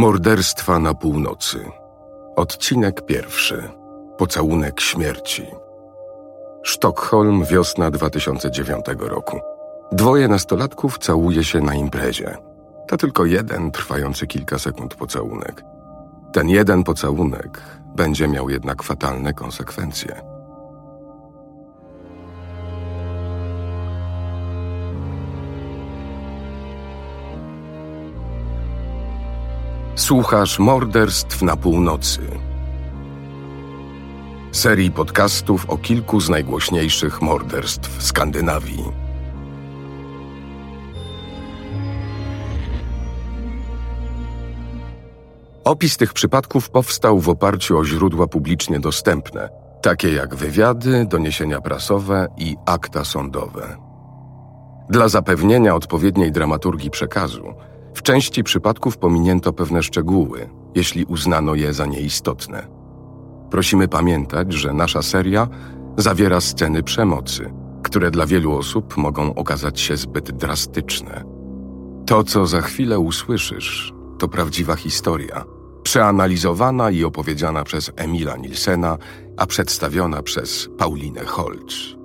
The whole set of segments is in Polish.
Morderstwa na północy. Odcinek 1. Pocałunek śmierci. Sztokholm, wiosna 2009 roku. 2 nastolatków całuje się na imprezie. To tylko jeden trwający kilka sekund pocałunek. Ten jeden pocałunek będzie miał jednak fatalne konsekwencje. Słuchasz Morderstw na północy. Serii podcastów o kilku z najgłośniejszych morderstw Skandynawii. Opis tych przypadków powstał w oparciu o źródła publicznie dostępne, takie jak wywiady, doniesienia prasowe i akta sądowe. Dla zapewnienia odpowiedniej dramaturgii przekazu, w części przypadków pominięto pewne szczegóły, jeśli uznano je za nieistotne. Prosimy pamiętać, że nasza seria zawiera sceny przemocy, które dla wielu osób mogą okazać się zbyt drastyczne. To, co za chwilę usłyszysz, to prawdziwa historia, przeanalizowana i opowiedziana przez Emila Nilsena, a przedstawiona przez Paulinę Holcz.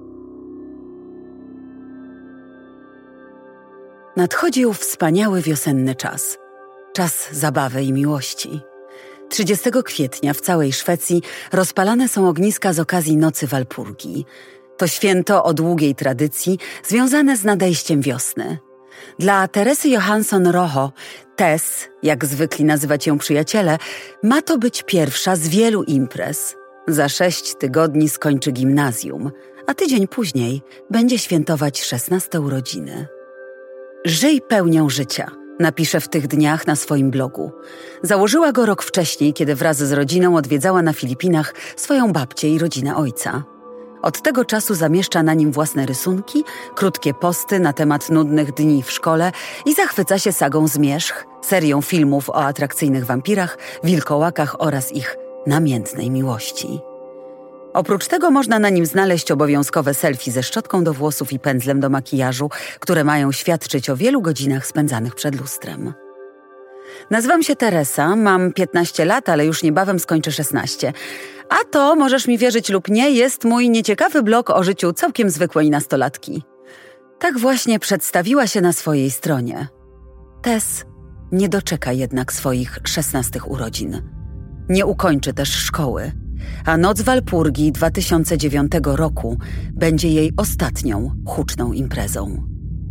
Nadchodził wspaniały wiosenny czas. Czas zabawy i miłości. 30 kwietnia w całej Szwecji rozpalane są ogniska z okazji Nocy Walpurgi. To święto o długiej tradycji związane z nadejściem wiosny. Dla Teresy Johansson Rojo, Tess, jak zwykli nazywać ją przyjaciele, ma to być pierwsza z wielu imprez. Za 6 tygodni skończy gimnazjum, a tydzień później będzie świętować 16 urodziny. Żyj pełnią życia, napisze w tych dniach na swoim blogu. Założyła go rok wcześniej, kiedy wraz z rodziną odwiedzała na Filipinach swoją babcię i rodzinę ojca. Od tego czasu zamieszcza na nim własne rysunki, krótkie posty na temat nudnych dni w szkole i zachwyca się sagą Zmierzch, serią filmów o atrakcyjnych wampirach, wilkołakach oraz ich namiętnej miłości. Oprócz tego można na nim znaleźć obowiązkowe selfie ze szczotką do włosów i pędzlem do makijażu, które mają świadczyć o wielu godzinach spędzanych przed lustrem. Nazywam się Teresa, mam 15 lat, ale już niebawem skończę 16. A to, możesz mi wierzyć lub nie, jest mój nieciekawy blog o życiu całkiem zwykłej nastolatki. Tak właśnie przedstawiła się na swojej stronie. Tess nie doczeka jednak swoich 16 urodzin. Nie ukończy też szkoły. A Noc Walpurgi 2009 roku będzie jej ostatnią huczną imprezą.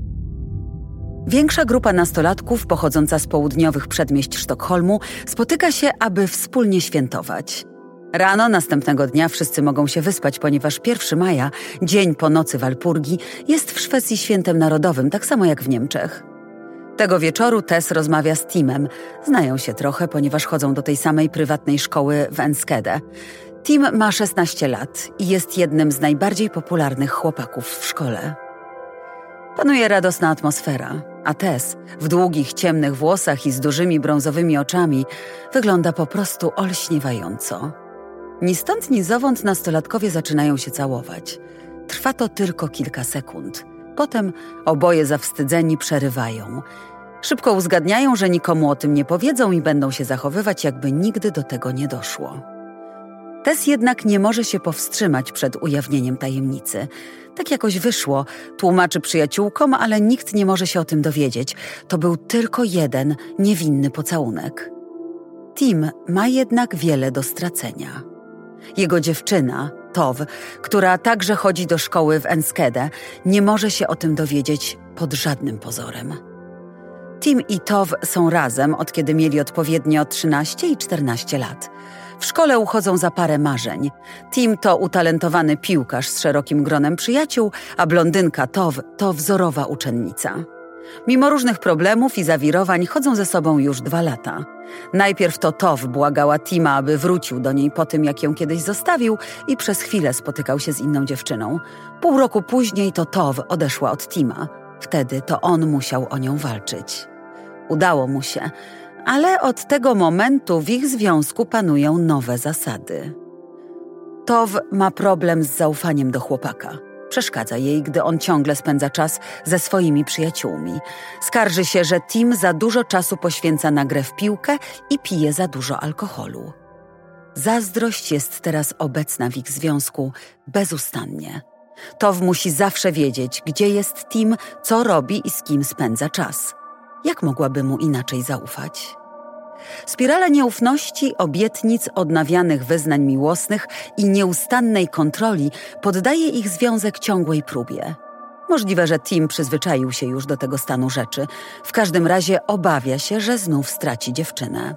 Większa grupa nastolatków pochodząca z południowych przedmieść Sztokholmu spotyka się, aby wspólnie świętować. Rano następnego dnia wszyscy mogą się wyspać, ponieważ 1 maja, dzień po Nocy Walpurgi, jest w Szwecji świętem narodowym, tak samo jak w Niemczech. Tego wieczoru Tess rozmawia z Timem. Znają się trochę, ponieważ chodzą do tej samej prywatnej szkoły w Enskede. Tim ma 16 lat i jest jednym z najbardziej popularnych chłopaków w szkole. Panuje radosna atmosfera, a Tess w długich, ciemnych włosach i z dużymi brązowymi oczami wygląda po prostu olśniewająco. Ni stąd, ni zowąd nastolatkowie zaczynają się całować. Trwa to tylko kilka sekund. Potem oboje zawstydzeni przerywają. Szybko uzgadniają, że nikomu o tym nie powiedzą i będą się zachowywać, jakby nigdy do tego nie doszło. Tess jednak nie może się powstrzymać przed ujawnieniem tajemnicy. Tak jakoś wyszło, tłumaczy przyjaciółkom, ale nikt nie może się o tym dowiedzieć. To był tylko jeden niewinny pocałunek. Tim ma jednak wiele do stracenia. Jego dziewczyna, Tove, która także chodzi do szkoły w Enskede, nie może się o tym dowiedzieć pod żadnym pozorem. Tim i Tove są razem, od kiedy mieli odpowiednio 13 i 14 lat. W szkole uchodzą za parę marzeń. Tim to utalentowany piłkarz z szerokim gronem przyjaciół, a blondynka Tove to wzorowa uczennica. Mimo różnych problemów i zawirowań chodzą ze sobą już 2 lata. Najpierw to Tove błagała Tima, aby wrócił do niej po tym, jak ją kiedyś zostawił i przez chwilę spotykał się z inną dziewczyną. Pół roku później to Tove odeszła od Tima. Wtedy to on musiał o nią walczyć. Udało mu się, ale od tego momentu w ich związku panują nowe zasady. Tove ma problem z zaufaniem do chłopaka. Przeszkadza jej, gdy on ciągle spędza czas ze swoimi przyjaciółmi. Skarży się, że Tim za dużo czasu poświęca na grę w piłkę i pije za dużo alkoholu. Zazdrość jest teraz obecna w ich związku bezustannie. Tov musi zawsze wiedzieć, gdzie jest Tim, co robi i z kim spędza czas. Jak mogłaby mu inaczej zaufać? Spirala nieufności, obietnic, odnawianych wyznań miłosnych i nieustannej kontroli poddaje ich związek ciągłej próbie. Możliwe, że Tim przyzwyczaił się już do tego stanu rzeczy. W każdym razie obawia się, że znów straci dziewczynę.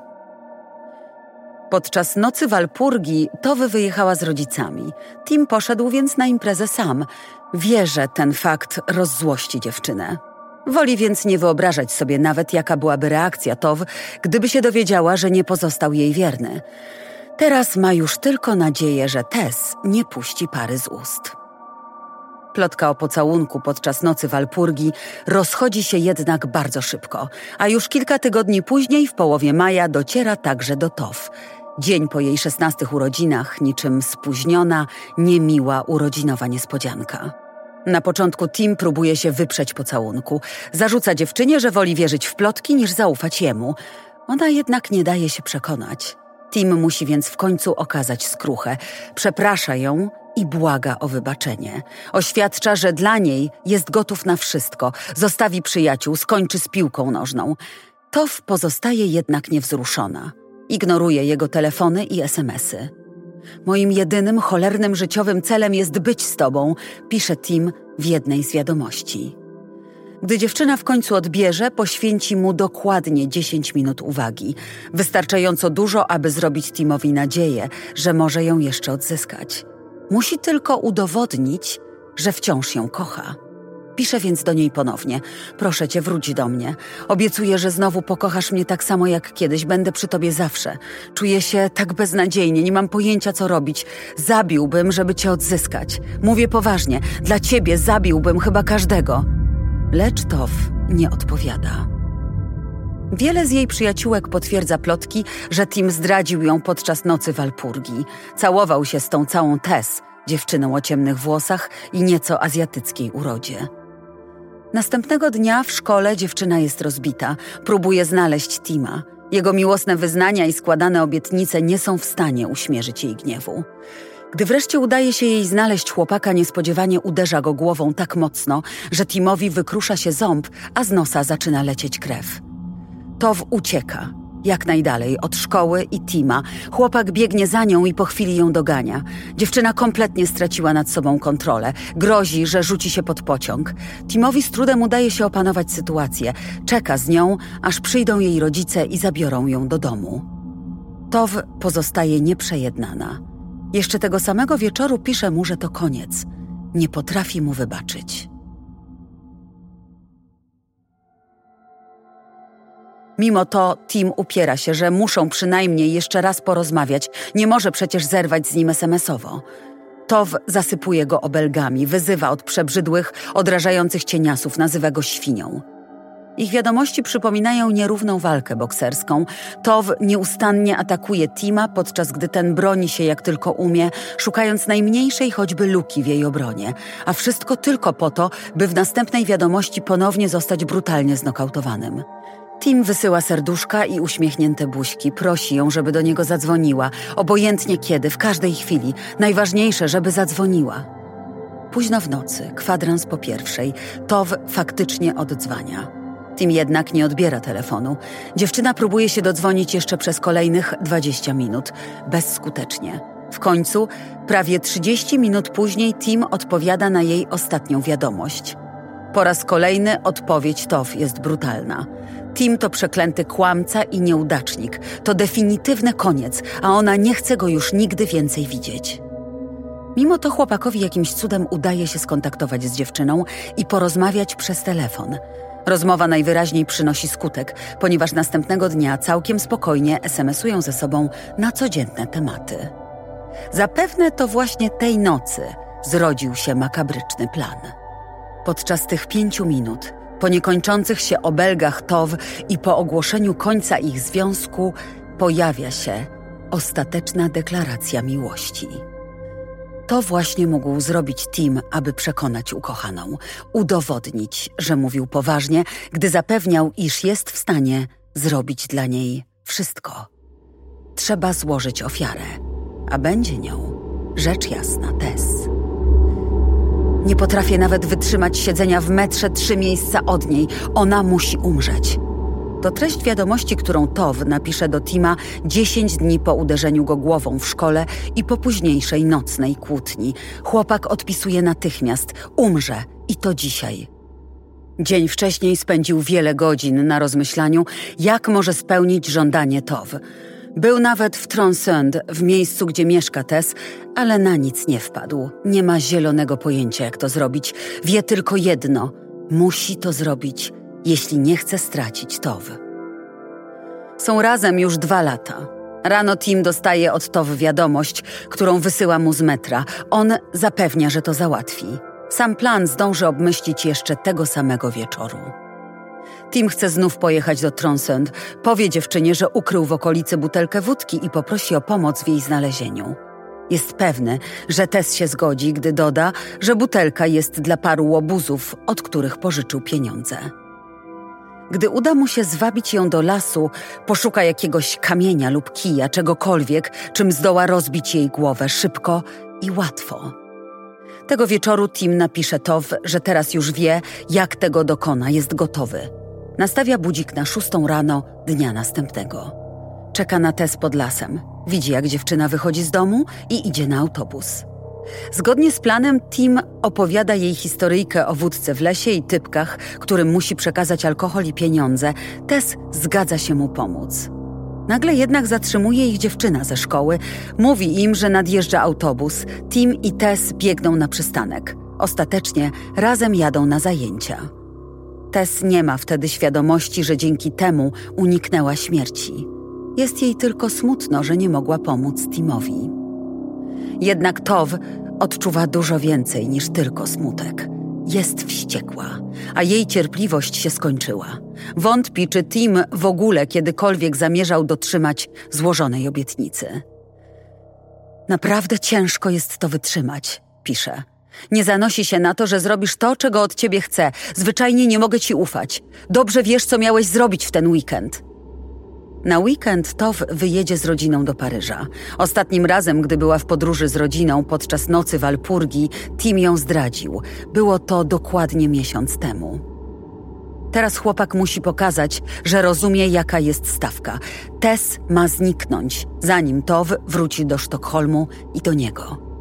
Podczas nocy Walpurgi Tov wyjechała z rodzicami. Tim poszedł więc na imprezę sam. Wie, że ten fakt rozzłości dziewczynę. Woli więc nie wyobrażać sobie nawet, jaka byłaby reakcja Tov, gdyby się dowiedziała, że nie pozostał jej wierny. Teraz ma już tylko nadzieję, że Tess nie puści pary z ust. Plotka o pocałunku podczas nocy Walpurgi rozchodzi się jednak bardzo szybko, a już kilka tygodni później, w połowie maja, dociera także do Tov. Dzień po jej 16 urodzinach, niczym spóźniona, niemiła urodzinowa niespodzianka. Na początku Tim próbuje się wyprzeć pocałunku. Zarzuca dziewczynie, że woli wierzyć w plotki niż zaufać jemu. Ona jednak nie daje się przekonać. Tim musi więc w końcu okazać skruchę. Przeprasza ją i błaga o wybaczenie. Oświadcza, że dla niej jest gotów na wszystko. Zostawi przyjaciół, skończy z piłką nożną. Tov pozostaje jednak niewzruszona. Ignoruje jego telefony i SMS-y. Moim jedynym cholernym życiowym celem jest być z tobą, pisze Tim w jednej z wiadomości. Gdy dziewczyna w końcu odbierze, poświęci mu dokładnie 10 minut uwagi. Wystarczająco dużo, aby zrobić Timowi nadzieję, że może ją jeszcze odzyskać. Musi tylko udowodnić, że wciąż ją kocha. Pisze więc do niej ponownie. Proszę cię, wróć do mnie. Obiecuję, że znowu pokochasz mnie tak samo jak kiedyś. Będę przy tobie zawsze. Czuję się tak beznadziejnie, nie mam pojęcia, co robić. Zabiłbym, żeby cię odzyskać. Mówię poważnie. Dla ciebie zabiłbym chyba każdego. Lecz Tov nie odpowiada. Wiele z jej przyjaciółek potwierdza plotki, że Tim zdradził ją podczas nocy Walpurgi. Całował się z tą całą Tess, dziewczyną o ciemnych włosach i nieco azjatyckiej urodzie. Następnego dnia w szkole dziewczyna jest rozbita. Próbuje znaleźć Tima. Jego miłosne wyznania i składane obietnice nie są w stanie uśmierzyć jej gniewu. Gdy wreszcie udaje się jej znaleźć chłopaka, niespodziewanie uderza go głową tak mocno, że Timowi wykrusza się ząb, a z nosa zaczyna lecieć krew. Tov ucieka. Jak najdalej, od szkoły i Tima. Chłopak biegnie za nią i po chwili ją dogania. Dziewczyna kompletnie straciła nad sobą kontrolę. Grozi, że rzuci się pod pociąg. Timowi z trudem udaje się opanować sytuację. Czeka z nią, aż przyjdą jej rodzice i zabiorą ją do domu. Tov pozostaje nieprzejednana. Jeszcze tego samego wieczoru pisze mu, że to koniec. Nie potrafi mu wybaczyć. Mimo to Tim upiera się, że muszą przynajmniej jeszcze raz porozmawiać. Nie może przecież zerwać z nim SMS-owo. Tov zasypuje go obelgami, wyzywa od przebrzydłych, odrażających cieniasów, nazywa go świnią. Ich wiadomości przypominają nierówną walkę bokserską. Tov nieustannie atakuje Tima, podczas gdy ten broni się jak tylko umie, szukając najmniejszej choćby luki w jej obronie. A wszystko tylko po to, by w następnej wiadomości ponownie zostać brutalnie znokautowanym. Tim wysyła serduszka i uśmiechnięte buźki. Prosi ją, żeby do niego zadzwoniła. Obojętnie kiedy, w każdej chwili. Najważniejsze, żeby zadzwoniła. Późno w nocy, kwadrans po 1:00, Tov faktycznie oddzwania. Tim jednak nie odbiera telefonu. Dziewczyna próbuje się dodzwonić jeszcze przez kolejnych 20 minut. Bezskutecznie. W końcu, prawie 30 minut później, Tim odpowiada na jej ostatnią wiadomość. Po raz kolejny odpowiedź Tov jest brutalna. Tim to przeklęty kłamca i nieudacznik. To definitywny koniec, a ona nie chce go już nigdy więcej widzieć. Mimo to chłopakowi jakimś cudem udaje się skontaktować z dziewczyną i porozmawiać przez telefon. Rozmowa najwyraźniej przynosi skutek, ponieważ następnego dnia całkiem spokojnie SMS-ują ze sobą na codzienne tematy. Zapewne to właśnie tej nocy zrodził się makabryczny plan. Podczas tych 5 minut, po niekończących się obelgach Tov i po ogłoszeniu końca ich związku, pojawia się ostateczna deklaracja miłości. To właśnie mógł zrobić Tim, aby przekonać ukochaną, udowodnić, że mówił poważnie, gdy zapewniał, iż jest w stanie zrobić dla niej wszystko. Trzeba złożyć ofiarę, a będzie nią, rzecz jasna, Tess. Nie potrafię nawet wytrzymać siedzenia w metrze 3 miejsca od niej. Ona musi umrzeć. To treść wiadomości, którą Tove napisze do Tima 10 dni po uderzeniu go głową w szkole i po późniejszej nocnej kłótni. Chłopak odpisuje natychmiast. Umrze i to dzisiaj. Dzień wcześniej spędził wiele godzin na rozmyślaniu, jak może spełnić żądanie Tove. Był nawet w Tronssund, w miejscu, gdzie mieszka Tess, ale na nic nie wpadł. Nie ma zielonego pojęcia, jak to zrobić. Wie tylko jedno. Musi to zrobić, jeśli nie chce stracić Tove. Są razem już 2 lata. Rano Tim dostaje od Tove wiadomość, którą wysyła mu z metra. On zapewnia, że to załatwi. Sam plan zdąży obmyślić jeszcze tego samego wieczoru. Tim chce znów pojechać do Tronssund. Powie dziewczynie, że ukrył w okolicy butelkę wódki i poprosi o pomoc w jej znalezieniu. Jest pewny, że Tess się zgodzi, gdy doda, że butelka jest dla paru łobuzów, od których pożyczył pieniądze. Gdy uda mu się zwabić ją do lasu, poszuka jakiegoś kamienia lub kija, czegokolwiek, czym zdoła rozbić jej głowę szybko i łatwo. Tego wieczoru Tim napisze Tove, że teraz już wie, jak tego dokona, jest gotowy. Nastawia budzik na 6 rano dnia następnego. Czeka na Tess pod lasem. Widzi, jak dziewczyna wychodzi z domu i idzie na autobus. Zgodnie z planem Tim opowiada jej historyjkę o wódce w lesie i typkach, którym musi przekazać alkohol i pieniądze. Tess zgadza się mu pomóc. Nagle jednak zatrzymuje ich dziewczyna ze szkoły. Mówi im, że nadjeżdża autobus. Tim i Tess biegną na przystanek. Ostatecznie razem jadą na zajęcia. Tess nie ma wtedy świadomości, że dzięki temu uniknęła śmierci. Jest jej tylko smutno, że nie mogła pomóc Timowi. Jednak Tove odczuwa dużo więcej niż tylko smutek. Jest wściekła, a jej cierpliwość się skończyła. Wątpi, czy Tim w ogóle kiedykolwiek zamierzał dotrzymać złożonej obietnicy. Naprawdę ciężko jest to wytrzymać, pisze. Nie zanosi się na to, że zrobisz to, czego od ciebie chcę. Zwyczajnie nie mogę ci ufać. Dobrze wiesz, co miałeś zrobić w ten weekend. Na weekend Tove wyjedzie z rodziną do Paryża. Ostatnim razem, gdy była w podróży z rodziną podczas nocy Walpurgi, Tim ją zdradził. Było to dokładnie miesiąc temu. Teraz chłopak musi pokazać, że rozumie, jaka jest stawka. Tess ma zniknąć, zanim Tove wróci do Sztokholmu i do niego.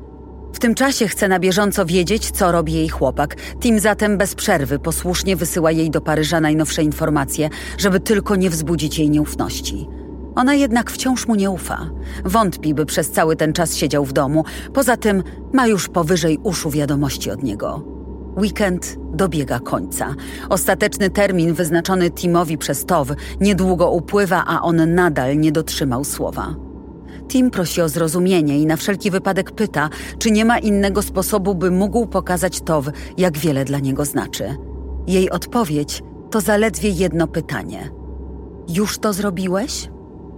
W tym czasie chce na bieżąco wiedzieć, co robi jej chłopak. Tim zatem bez przerwy posłusznie wysyła jej do Paryża najnowsze informacje, żeby tylko nie wzbudzić jej nieufności. Ona jednak wciąż mu nie ufa. Wątpi, by przez cały ten czas siedział w domu. Poza tym ma już powyżej uszu wiadomości od niego. Weekend dobiega końca. Ostateczny termin wyznaczony Timowi przez Tove niedługo upływa, a on nadal nie dotrzymał słowa. Tim prosi o zrozumienie i na wszelki wypadek pyta, czy nie ma innego sposobu, by mógł pokazać Tove, jak wiele dla niego znaczy. Jej odpowiedź to zaledwie jedno pytanie. Już to zrobiłeś?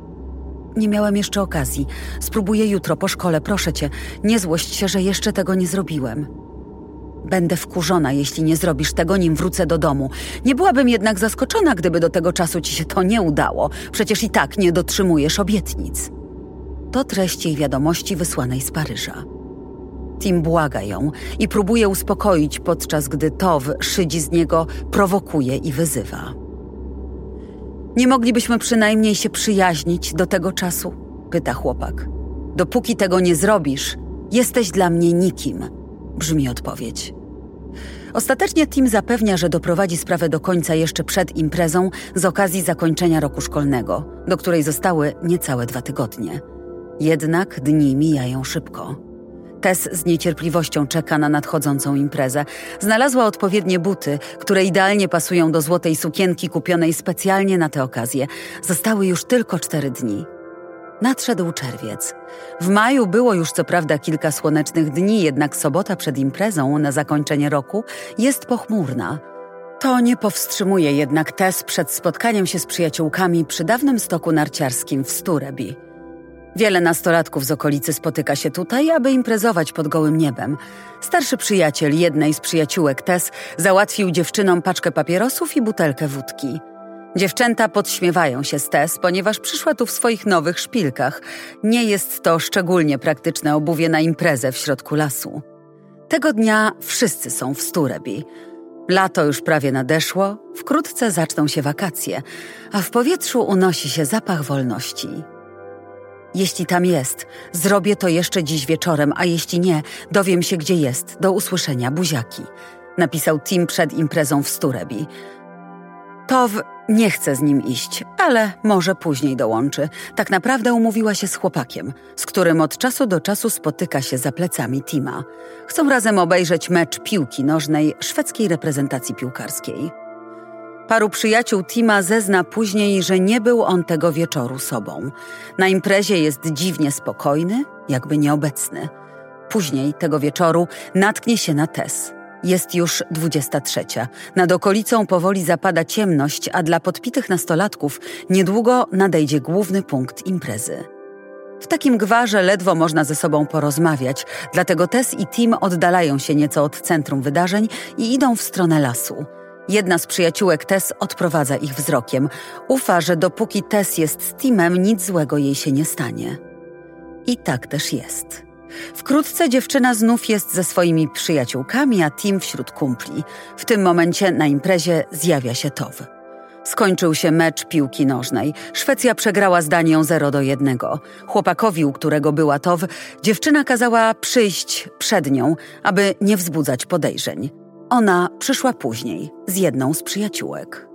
Nie miałem jeszcze okazji. Spróbuję jutro po szkole, proszę cię. Nie złość się, że jeszcze tego nie zrobiłem. Będę wkurzona, jeśli nie zrobisz tego, nim wrócę do domu. Nie byłabym jednak zaskoczona, gdyby do tego czasu ci się to nie udało. Przecież i tak nie dotrzymujesz obietnic. To treść jej wiadomości wysłanej z Paryża. Tim błaga ją i próbuje uspokoić, podczas gdy Tove szydzi z niego, prowokuje i wyzywa. Nie moglibyśmy przynajmniej się przyjaźnić do tego czasu? Pyta chłopak. Dopóki tego nie zrobisz, jesteś dla mnie nikim, brzmi odpowiedź. Ostatecznie Tim zapewnia, że doprowadzi sprawę do końca jeszcze przed imprezą z okazji zakończenia roku szkolnego, do której zostały niecałe 2 tygodnie. Jednak dni mijają szybko. Tess z niecierpliwością czeka na nadchodzącą imprezę. Znalazła odpowiednie buty, które idealnie pasują do złotej sukienki kupionej specjalnie na tę okazję. Zostały już tylko 4 dni. Nadszedł czerwiec. W maju było już co prawda kilka słonecznych dni, jednak sobota przed imprezą na zakończenie roku jest pochmurna. To nie powstrzymuje jednak Tess przed spotkaniem się z przyjaciółkami przy dawnym stoku narciarskim w Stureby. Wiele nastolatków z okolicy spotyka się tutaj, aby imprezować pod gołym niebem. Starszy przyjaciel jednej z przyjaciółek Tess załatwił dziewczynom paczkę papierosów i butelkę wódki. Dziewczęta podśmiewają się z Tess, ponieważ przyszła tu w swoich nowych szpilkach. Nie jest to szczególnie praktyczne obuwie na imprezę w środku lasu. Tego dnia wszyscy są w Stureby. Lato już prawie nadeszło, wkrótce zaczną się wakacje, a w powietrzu unosi się zapach wolności. Jeśli tam jest, zrobię to jeszcze dziś wieczorem, a jeśli nie, dowiem się, gdzie jest. Do usłyszenia, buziaki. Napisał Tim przed imprezą w Stureby. Tov nie chce z nim iść, ale może później dołączy. Tak naprawdę umówiła się z chłopakiem, z którym od czasu do czasu spotyka się za plecami Tima. Chcą razem obejrzeć mecz piłki nożnej szwedzkiej reprezentacji piłkarskiej. Paru przyjaciół Tima zezna później, że nie był on tego wieczoru sobą. Na imprezie jest dziwnie spokojny, jakby nieobecny. Później tego wieczoru natknie się na Tess. Jest już 23. Nad okolicą powoli zapada ciemność, a dla podpitych nastolatków niedługo nadejdzie główny punkt imprezy. W takim gwarze ledwo można ze sobą porozmawiać, dlatego Tess i Tim oddalają się nieco od centrum wydarzeń i idą w stronę lasu. Jedna z przyjaciółek Tess odprowadza ich wzrokiem. Ufa, że dopóki Tess jest z Timem, nic złego jej się nie stanie. I tak też jest. Wkrótce dziewczyna znów jest ze swoimi przyjaciółkami, a Tim wśród kumpli. W tym momencie na imprezie zjawia się Tov. Skończył się mecz piłki nożnej. Szwecja przegrała z Danią 0-1. Chłopakowi, u którego była Tov, dziewczyna kazała przyjść przed nią, aby nie wzbudzać podejrzeń. Ona przyszła później z jedną z przyjaciółek.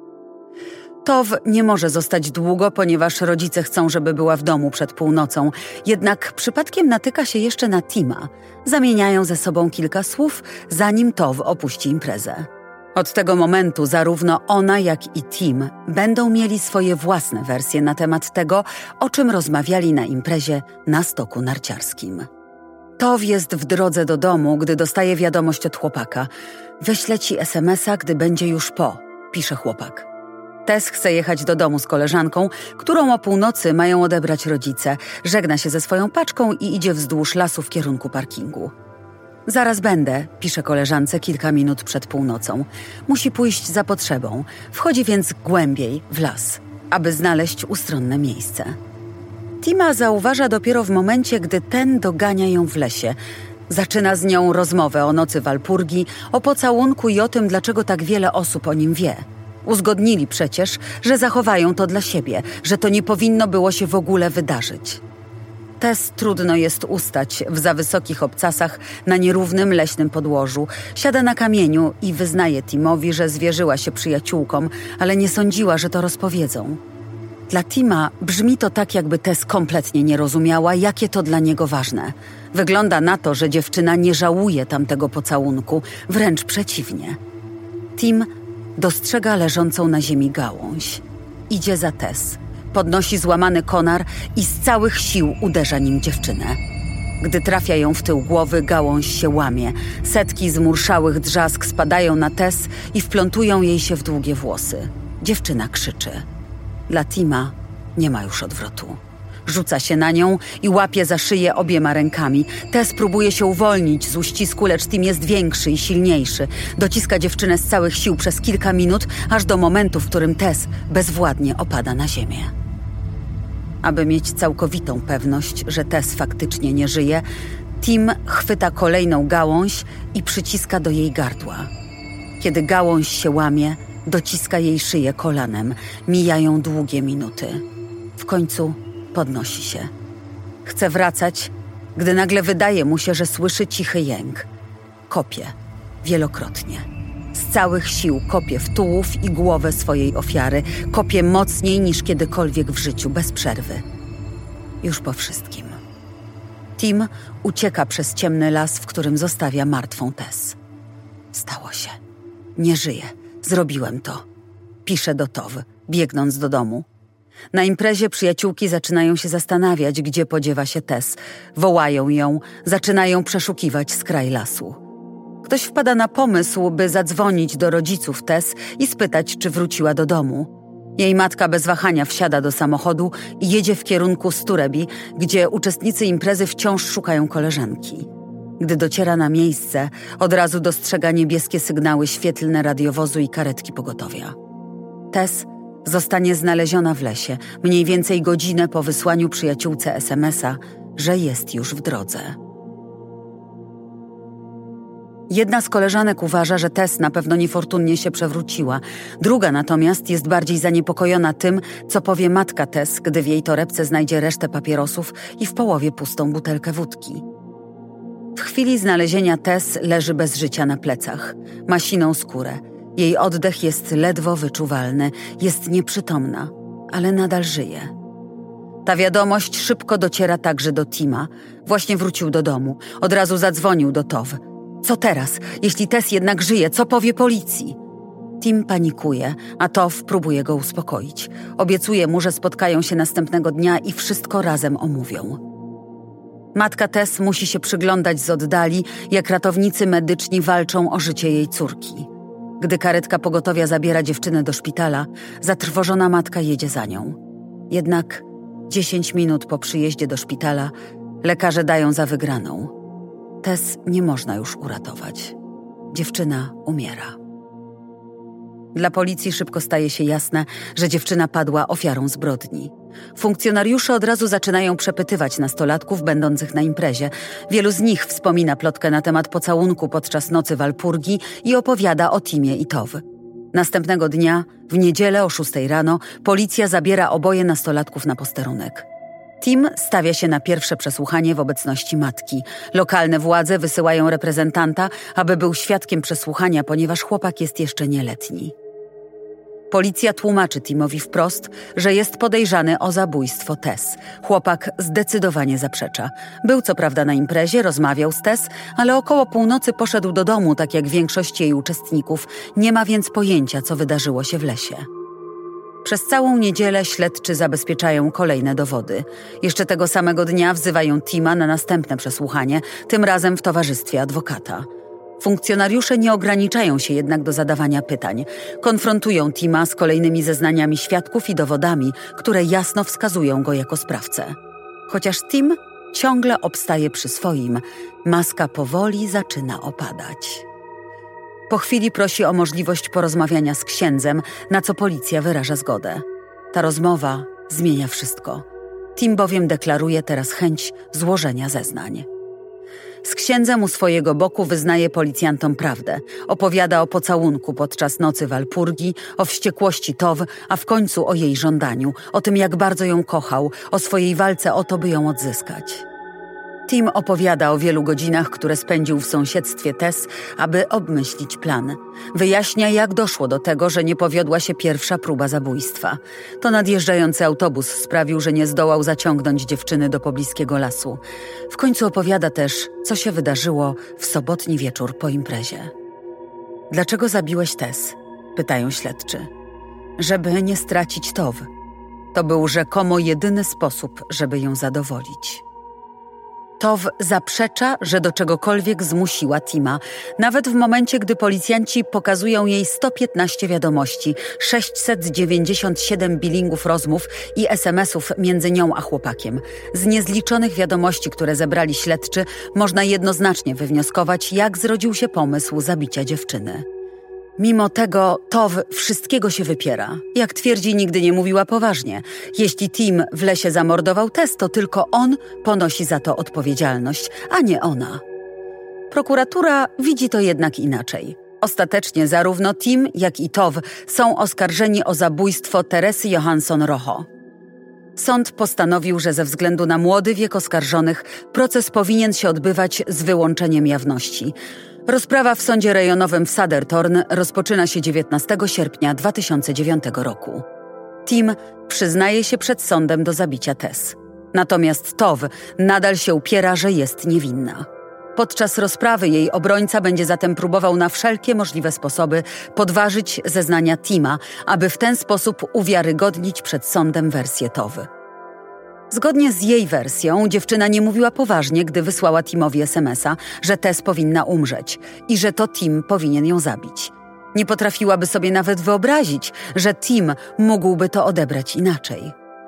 Tov nie może zostać długo, ponieważ rodzice chcą, żeby była w domu przed północą. Jednak przypadkiem natyka się jeszcze na Tima. Zamieniają ze sobą kilka słów, zanim Tov opuści imprezę. Od tego momentu zarówno ona, jak i Tim będą mieli swoje własne wersje na temat tego, o czym rozmawiali na imprezie na stoku narciarskim. Tov jest w drodze do domu, gdy dostaje wiadomość od chłopaka. Wyślę ci SMS-a, gdy będzie już po, pisze chłopak. Tess chce jechać do domu z koleżanką, którą o północy mają odebrać rodzice. Żegna się ze swoją paczką i idzie wzdłuż lasu w kierunku parkingu. Zaraz będę, pisze koleżance kilka minut przed północą. Musi pójść za potrzebą. Wchodzi więc głębiej w las, aby znaleźć ustronne miejsce. Tima zauważa dopiero w momencie, gdy ten dogania ją w lesie. Zaczyna z nią rozmowę o nocy Walpurgi, o pocałunku i o tym, dlaczego tak wiele osób o nim wie. Uzgodnili przecież, że zachowają to dla siebie, że to nie powinno było się w ogóle wydarzyć. Tess trudno jest ustać w za wysokich obcasach na nierównym leśnym podłożu. Siada na kamieniu i wyznaje Timowi, że zwierzyła się przyjaciółkom, ale nie sądziła, że to rozpowiedzą. Dla Tima brzmi to tak, jakby Tess kompletnie nie rozumiała, jakie to dla niego ważne. Wygląda na to, że dziewczyna nie żałuje tamtego pocałunku, wręcz przeciwnie. Tim dostrzega leżącą na ziemi gałąź. Idzie za Tess. Podnosi złamany konar i z całych sił uderza nim dziewczynę. Gdy trafia ją w tył głowy, gałąź się łamie. Setki zmurszałych drzask spadają na Tess i wplątują jej się w długie włosy. Dziewczyna krzyczy. Dla Tima nie ma już odwrotu. Rzuca się na nią i łapie za szyję obiema rękami. Tess próbuje się uwolnić z uścisku, lecz Tim jest większy i silniejszy. Dociska dziewczynę z całych sił przez kilka minut, aż do momentu, w którym Tess bezwładnie opada na ziemię. Aby mieć całkowitą pewność, że Tess faktycznie nie żyje, Tim chwyta kolejną gałąź i przyciska do jej gardła. Kiedy gałąź się łamie, dociska jej szyję kolanem. Mijają długie minuty. W końcu podnosi się. Chce wracać, gdy nagle wydaje mu się, że słyszy cichy jęk. Kopie. Wielokrotnie. Z całych sił kopie w tułów i głowę swojej ofiary. Kopie mocniej niż kiedykolwiek w życiu, bez przerwy. Już po wszystkim. Tim ucieka przez ciemny las, w którym zostawia martwą Tess. Stało się. Nie żyję. Zrobiłem to. Pisze do Tov, biegnąc do domu. Na imprezie przyjaciółki zaczynają się zastanawiać, gdzie podziewa się Tess. Wołają ją, zaczynają przeszukiwać skraj lasu. Ktoś wpada na pomysł, by zadzwonić do rodziców Tess i spytać, czy wróciła do domu. Jej matka bez wahania wsiada do samochodu i jedzie w kierunku Sturebi, gdzie uczestnicy imprezy wciąż szukają koleżanki. Gdy dociera na miejsce, od razu dostrzega niebieskie sygnały świetlne radiowozu i karetki pogotowia. Tess zostanie znaleziona w lesie, mniej więcej godzinę po wysłaniu przyjaciółce SMS-a, że jest już w drodze. Jedna z koleżanek uważa, że Tess na pewno niefortunnie się przewróciła. Druga natomiast jest bardziej zaniepokojona tym, co powie matka Tess, gdy w jej torebce znajdzie resztę papierosów i w połowie pustą butelkę wódki. W chwili znalezienia Tess leży bez życia na plecach. Ma siną skórę. Jej oddech jest ledwo wyczuwalny, jest nieprzytomna, ale nadal żyje. Ta wiadomość szybko dociera także do Tima. Właśnie wrócił do domu. Od razu zadzwonił do Tove. Co teraz? Jeśli Tess jednak żyje, co powie policji? Tim panikuje, a Tove próbuje go uspokoić. Obiecuje mu, że spotkają się następnego dnia i wszystko razem omówią. Matka Tess musi się przyglądać z oddali, jak ratownicy medyczni walczą o życie jej córki. Gdy karetka pogotowia zabiera dziewczynę do szpitala, zatrwożona matka jedzie za nią. Jednak 10 minut po przyjeździe do szpitala lekarze dają za wygraną. Tess nie można już uratować. Dziewczyna umiera. Dla policji szybko staje się jasne, że dziewczyna padła ofiarą zbrodni. Funkcjonariusze od razu zaczynają przepytywać nastolatków będących na imprezie. Wielu z nich wspomina plotkę na temat pocałunku podczas nocy Walpurgi i opowiada o Timie i Tove. Następnego dnia, w niedzielę o 6 rano, policja zabiera oboje nastolatków na posterunek. Tim stawia się na pierwsze przesłuchanie w obecności matki. Lokalne władze wysyłają reprezentanta, aby był świadkiem przesłuchania, ponieważ chłopak jest jeszcze nieletni. Policja tłumaczy Timowi wprost, że jest podejrzany o zabójstwo Tess. Chłopak zdecydowanie zaprzecza. Był co prawda na imprezie, rozmawiał z Tess, ale około północy poszedł do domu, tak jak większość jej uczestników. Nie ma więc pojęcia, co wydarzyło się w lesie. Przez całą niedzielę śledczy zabezpieczają kolejne dowody. Jeszcze tego samego dnia wzywają Tima na następne przesłuchanie, tym razem w towarzystwie adwokata. Funkcjonariusze nie ograniczają się jednak do zadawania pytań. Konfrontują Tima z kolejnymi zeznaniami świadków i dowodami, które jasno wskazują go jako sprawcę. Chociaż Tim ciągle obstaje przy swoim, maska powoli zaczyna opadać. Po chwili prosi o możliwość porozmawiania z księdzem, na co policja wyraża zgodę. Ta rozmowa zmienia wszystko. Tim bowiem deklaruje teraz chęć złożenia zeznań. Z księdzem u swojego boku wyznaje policjantom prawdę. Opowiada o pocałunku podczas nocy Walpurgi, o wściekłości Tove, a w końcu o jej żądaniu, o tym, jak bardzo ją kochał, o swojej walce o to, by ją odzyskać. Tim opowiada o wielu godzinach, które spędził w sąsiedztwie Tess, aby obmyślić plan. Wyjaśnia, jak doszło do tego, że nie powiodła się pierwsza próba zabójstwa. To nadjeżdżający autobus sprawił, że nie zdołał zaciągnąć dziewczyny do pobliskiego lasu. W końcu opowiada też, co się wydarzyło w sobotni wieczór po imprezie. Dlaczego zabiłeś Tess? Pytają śledczy. Żeby nie stracić Tove. To był rzekomo jedyny sposób, żeby ją zadowolić. Tove zaprzecza, że do czegokolwiek zmusiła Tima, nawet w momencie, gdy policjanci pokazują jej 115 wiadomości, 697 billingów rozmów i SMS-ów między nią a chłopakiem. Z niezliczonych wiadomości, które zebrali śledczy, można jednoznacznie wywnioskować, jak zrodził się pomysł zabicia dziewczyny. Mimo tego Tove wszystkiego się wypiera. Jak twierdzi, nigdy nie mówiła poważnie. Jeśli Tim w lesie zamordował Tess, to tylko on ponosi za to odpowiedzialność, a nie ona. Prokuratura widzi to jednak inaczej. Ostatecznie zarówno Tim, jak i Tove są oskarżeni o zabójstwo Teresy Johansson Rojo. Sąd postanowił, że ze względu na młody wiek oskarżonych proces powinien się odbywać z wyłączeniem jawności. Rozprawa w sądzie rejonowym w Sadertorn rozpoczyna się 19 sierpnia 2009 roku. Tim przyznaje się przed sądem do zabicia Tess. Natomiast Tove nadal się upiera, że jest niewinna. Podczas rozprawy jej obrońca będzie zatem próbował na wszelkie możliwe sposoby podważyć zeznania Tima, aby w ten sposób uwiarygodnić przed sądem wersję Tove. Zgodnie z jej wersją, dziewczyna nie mówiła poważnie, gdy wysłała Timowi SMS-a, że Tess powinna umrzeć i że to Tim powinien ją zabić. Nie potrafiłaby sobie nawet wyobrazić, że Tim mógłby to odebrać inaczej.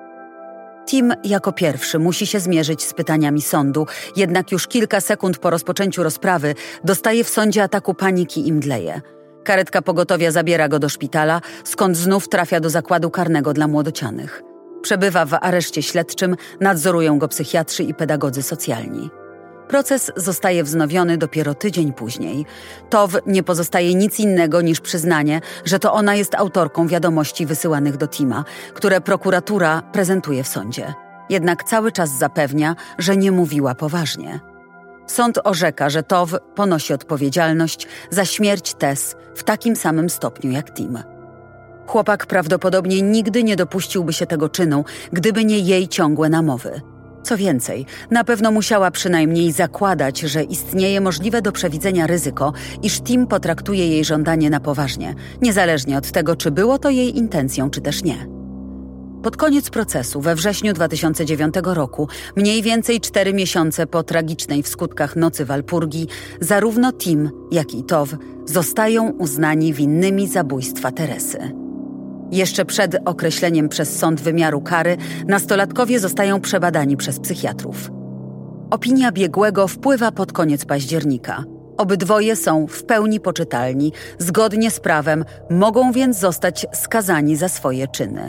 Tim jako pierwszy musi się zmierzyć z pytaniami sądu, jednak już kilka sekund po rozpoczęciu rozprawy dostaje w sądzie ataku paniki i mdleje. Karetka pogotowia zabiera go do szpitala, skąd znów trafia do zakładu karnego dla młodocianych. Przebywa w areszcie śledczym, nadzorują go psychiatrzy i pedagodzy socjalni. Proces zostaje wznowiony dopiero tydzień później. Tov nie pozostaje nic innego niż przyznanie, że to ona jest autorką wiadomości wysyłanych do Tima, które prokuratura prezentuje w sądzie. Jednak cały czas zapewnia, że nie mówiła poważnie. Sąd orzeka, że Tov ponosi odpowiedzialność za śmierć Tess w takim samym stopniu jak Tim. Chłopak prawdopodobnie nigdy nie dopuściłby się tego czynu, gdyby nie jej ciągłe namowy. Co więcej, na pewno musiała przynajmniej zakładać, że istnieje możliwe do przewidzenia ryzyko, iż Tim potraktuje jej żądanie na poważnie, niezależnie od tego, czy było to jej intencją, czy też nie. Pod koniec procesu, we wrześniu 2009 roku, mniej więcej 4 miesiące po tragicznej w skutkach nocy Walpurgi, zarówno Tim, jak i Tov zostają uznani winnymi zabójstwa Teresy. Jeszcze przed określeniem przez sąd wymiaru kary, nastolatkowie zostają przebadani przez psychiatrów. Opinia biegłego wpływa pod koniec października. Obydwoje są w pełni poczytalni, zgodnie z prawem, mogą więc zostać skazani za swoje czyny.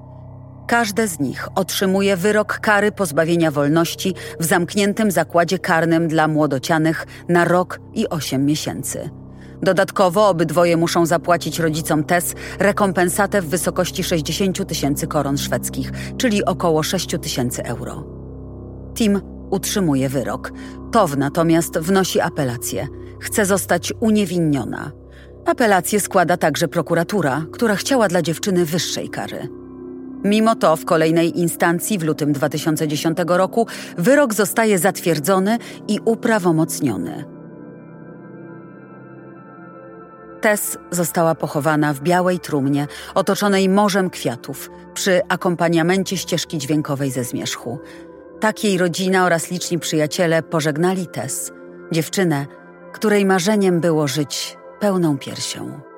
Każde z nich otrzymuje wyrok kary pozbawienia wolności w zamkniętym zakładzie karnym dla młodocianych na rok i 8 miesięcy. Dodatkowo obydwoje muszą zapłacić rodzicom Tess rekompensatę w wysokości 60 000 koron szwedzkich, czyli około 6 000 euro. Tim utrzymuje wyrok. Tov natomiast wnosi apelację. Chce zostać uniewinniona. Apelację składa także prokuratura, która chciała dla dziewczyny wyższej kary. Mimo to w kolejnej instancji w lutym 2010 roku wyrok zostaje zatwierdzony i uprawomocniony. Tess została pochowana w białej trumnie, otoczonej morzem kwiatów, przy akompaniamencie ścieżki dźwiękowej ze zmierzchu. Tak jej rodzina oraz liczni przyjaciele pożegnali Tess, dziewczynę, której marzeniem było żyć pełną piersią.